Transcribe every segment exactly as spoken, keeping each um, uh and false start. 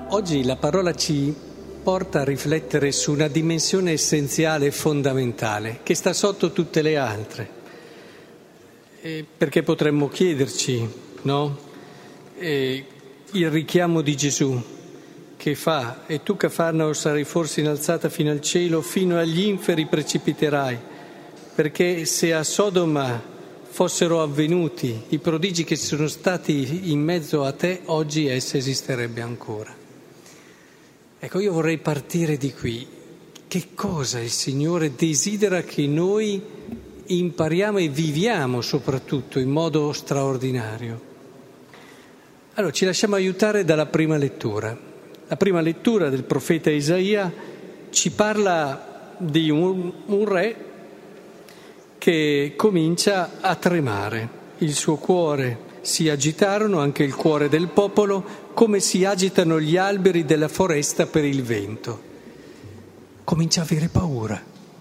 Oggi la parola ci porta a riflettere su una dimensione essenziale e fondamentale che sta sotto tutte le altre, e perché potremmo chiederci, no? E il richiamo di Gesù che fa: e tu Cafarnao sarai forse innalzata fino al cielo, fino agli inferi precipiterai, perché se a Sodoma fossero avvenuti i prodigi che sono stati in mezzo a te, oggi essa esisterebbe ancora. Ecco, io vorrei partire di qui. Che cosa il Signore desidera che noi impariamo e viviamo soprattutto in modo straordinario? Allora, ci lasciamo aiutare dalla prima lettura. La prima lettura del profeta Isaia ci parla di un, un re che comincia a tremare. Il suo cuore si agitarono, anche il cuore del popolo, come si agitano gli alberi della foresta per il vento. Comincia a avere paura.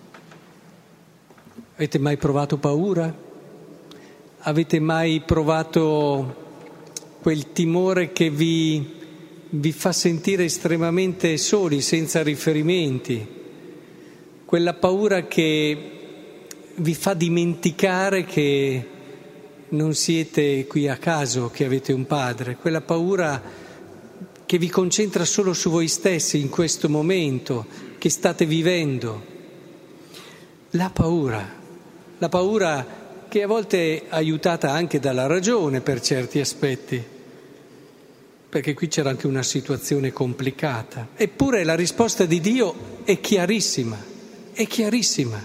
Avete mai provato paura? Avete mai provato quel timore che vi, vi fa sentire estremamente soli, senza riferimenti? Quella paura che vi fa dimenticare che non siete qui a caso, che avete un padre, quella paura che vi concentra solo su voi stessi in questo momento che state vivendo. La paura, la paura che a volte è aiutata anche dalla ragione per certi aspetti, perché qui c'era anche una situazione complicata. Eppure la risposta di Dio è chiarissima, è chiarissima.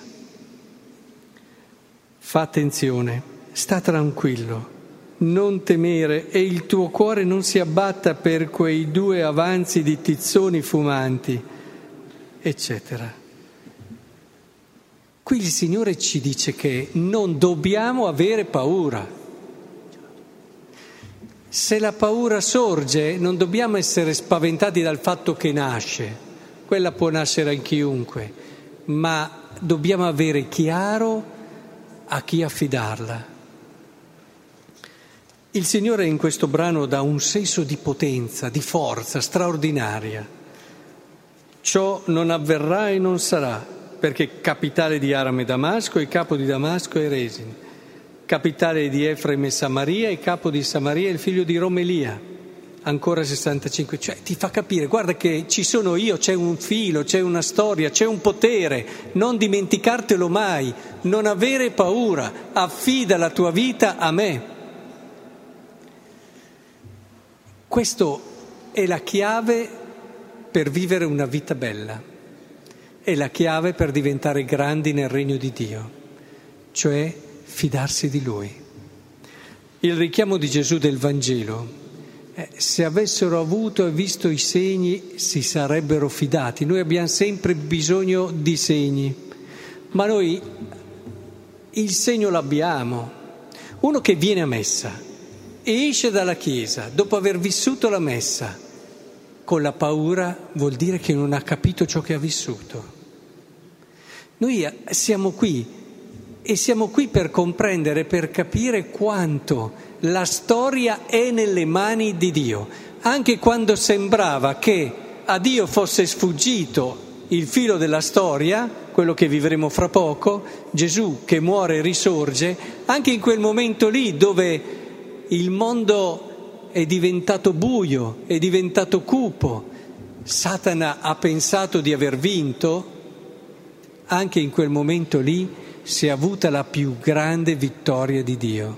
Fa attenzione, sta tranquillo, non temere e il tuo cuore non si abbatta per quei due avanzi di tizzoni fumanti, eccetera. Qui il Signore ci dice che non dobbiamo avere paura. Se la paura sorge, non dobbiamo essere spaventati dal fatto che nasce, quella può nascere in chiunque, ma dobbiamo avere chiaro a chi affidarla. Il Signore in questo brano dà un senso di potenza, di forza straordinaria. Ciò non avverrà e non sarà, perché capitale di Aram è Damasco e capo di Damasco è Resin, capitale di Efraim è Samaria e capo di Samaria è il figlio di Romelia. Ancora sessantacinque, cioè ti fa capire, guarda che ci sono io, c'è un filo, c'è una storia, c'è un potere, non dimenticartelo mai, non avere paura, affida la tua vita a me. Questo è la chiave per vivere una vita bella, è la chiave per diventare grandi nel regno di Dio, cioè fidarsi di Lui. Il richiamo di Gesù del Vangelo: eh, se avessero avuto e visto i segni si sarebbero fidati. Noi abbiamo sempre bisogno di segni, ma noi il segno l'abbiamo. Uno che viene a messa e esce dalla chiesa dopo aver vissuto la messa con la paura, vuol dire che non ha capito ciò che ha vissuto. Noi siamo qui e siamo qui per comprendere, per capire quanto la storia è nelle mani di Dio, anche quando sembrava che a Dio fosse sfuggito il filo della storia, quello che vivremo fra poco, Gesù che muore e risorge. Anche in quel momento lì dove il mondo è diventato buio, è diventato cupo, Satana ha pensato di aver vinto, anche in quel momento lì si è avuta la più grande vittoria di Dio.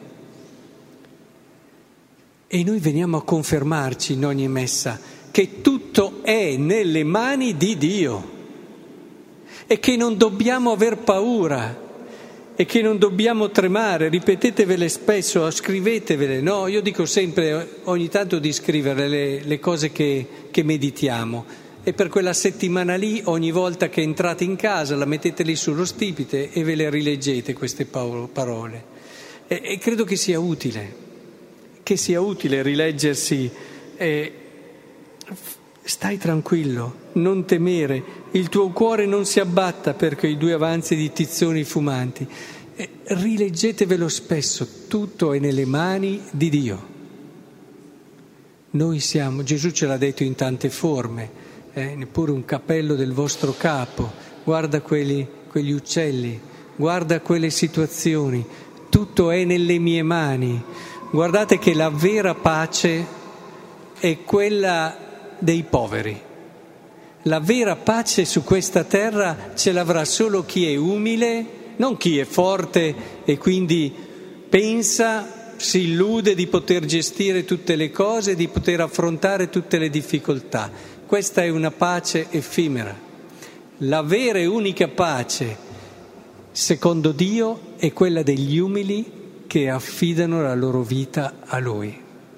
E noi veniamo a confermarci in ogni messa che tutto è nelle mani di Dio e che non dobbiamo aver paura e che non dobbiamo tremare. Ripetetevele spesso, scrivetevele, no? Io dico sempre, ogni tanto, di scrivere le, le cose che, che meditiamo, e per quella settimana lì, ogni volta che entrate in casa, la mettete lì sullo stipite e ve le rileggete queste parole. E, e credo che sia utile, che sia utile rileggersi. Eh, stai tranquillo, non temere, il tuo cuore non si abbatta per quei due avanzi di tizzoni fumanti. Eh, rileggetevelo spesso, tutto è nelle mani di Dio. Noi siamo, Gesù ce l'ha detto in tante forme, eh, neppure un capello del vostro capo, guarda quelli, quegli uccelli, guarda quelle situazioni, tutto è nelle mie mani. Guardate che la vera pace è quella dei poveri. La vera pace su questa terra ce l'avrà solo chi è umile, non chi è forte e quindi pensa, si illude di poter gestire tutte le cose, di poter affrontare tutte le difficoltà. Questa è una pace effimera. La vera e unica pace, secondo Dio, è quella degli umili che affidano la loro vita a Lui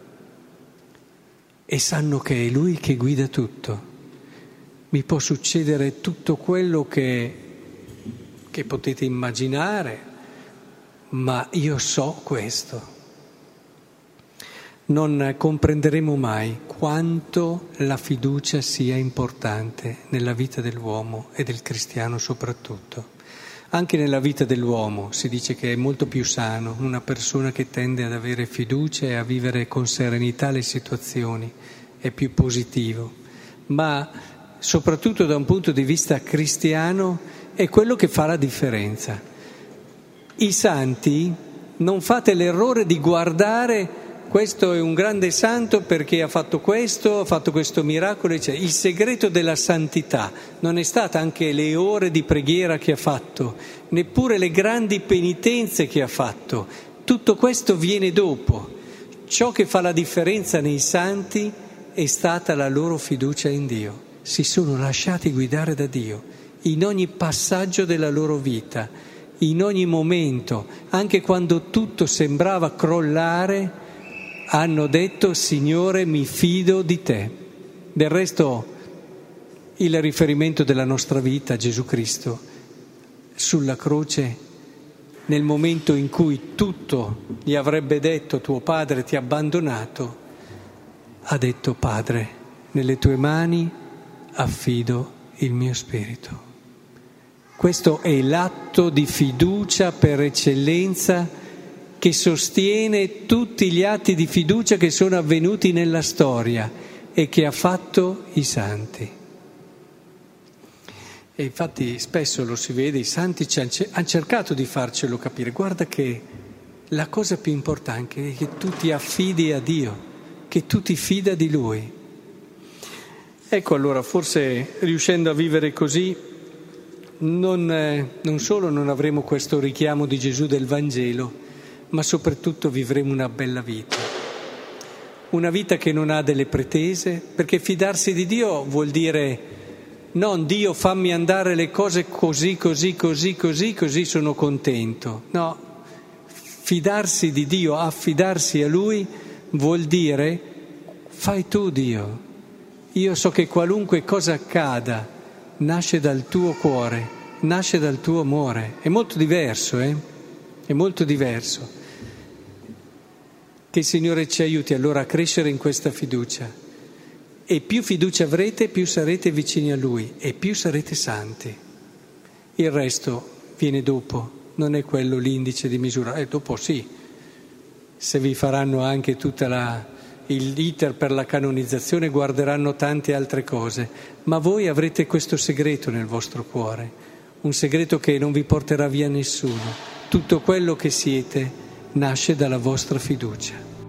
e sanno che è Lui che guida tutto. Mi può succedere tutto quello che, che potete immaginare, ma io so questo. Non comprenderemo mai quanto la fiducia sia importante nella vita dell'uomo e del cristiano soprattutto. Anche nella vita dell'uomo si dice che è molto più sano una persona che tende ad avere fiducia e a vivere con serenità le situazioni, è più positivo. Ma soprattutto da un punto di vista cristiano è quello che fa la differenza. I santi, non fate l'errore di guardare questo è un grande santo perché ha fatto questo, ha fatto questo miracolo, eccetera. Il segreto della santità non è stata anche le ore di preghiera che ha fatto, neppure le grandi penitenze che ha fatto. Tutto questo viene dopo. Ciò che fa la differenza nei santi è stata la loro fiducia in Dio. Si sono lasciati guidare da Dio in ogni passaggio della loro vita, in ogni momento, anche quando tutto sembrava crollare, hanno detto: Signore, mi fido di te. Del resto, il riferimento della nostra vita, Gesù Cristo, sulla croce, nel momento in cui tutto gli avrebbe detto tuo padre ti ha abbandonato, ha detto: Padre, nelle tue mani affido il mio spirito. Questo è l'atto di fiducia per eccellenza che sostiene tutti gli atti di fiducia che sono avvenuti nella storia e che ha fatto i santi. E infatti spesso lo si vede, i santi ci hanno cercato di farcelo capire. Guarda che la cosa più importante è che tu ti affidi a Dio, che tu ti fida di Lui. Ecco, allora, forse riuscendo a vivere così, non, eh, non solo non avremo questo richiamo di Gesù del Vangelo, ma soprattutto vivremo una bella vita. Una vita che non ha delle pretese, perché fidarsi di Dio vuol dire non Dio fammi andare le cose così, così, così, così, così sono contento. No, fidarsi di Dio, affidarsi a Lui vuol dire fai tu Dio. Io so che qualunque cosa accada nasce dal tuo cuore, nasce dal tuo amore. È molto diverso, eh? È molto diverso. Che il Signore ci aiuti allora a crescere in questa fiducia. E più fiducia avrete, più sarete vicini a Lui e più sarete santi. Il resto viene dopo, non è quello l'indice di misura. E dopo sì, se vi faranno anche tutta la... l'iter per la canonizzazione, guarderanno tante altre cose, ma voi avrete questo segreto nel vostro cuore, un segreto che non vi porterà via nessuno. Tutto quello che siete nasce dalla vostra fiducia.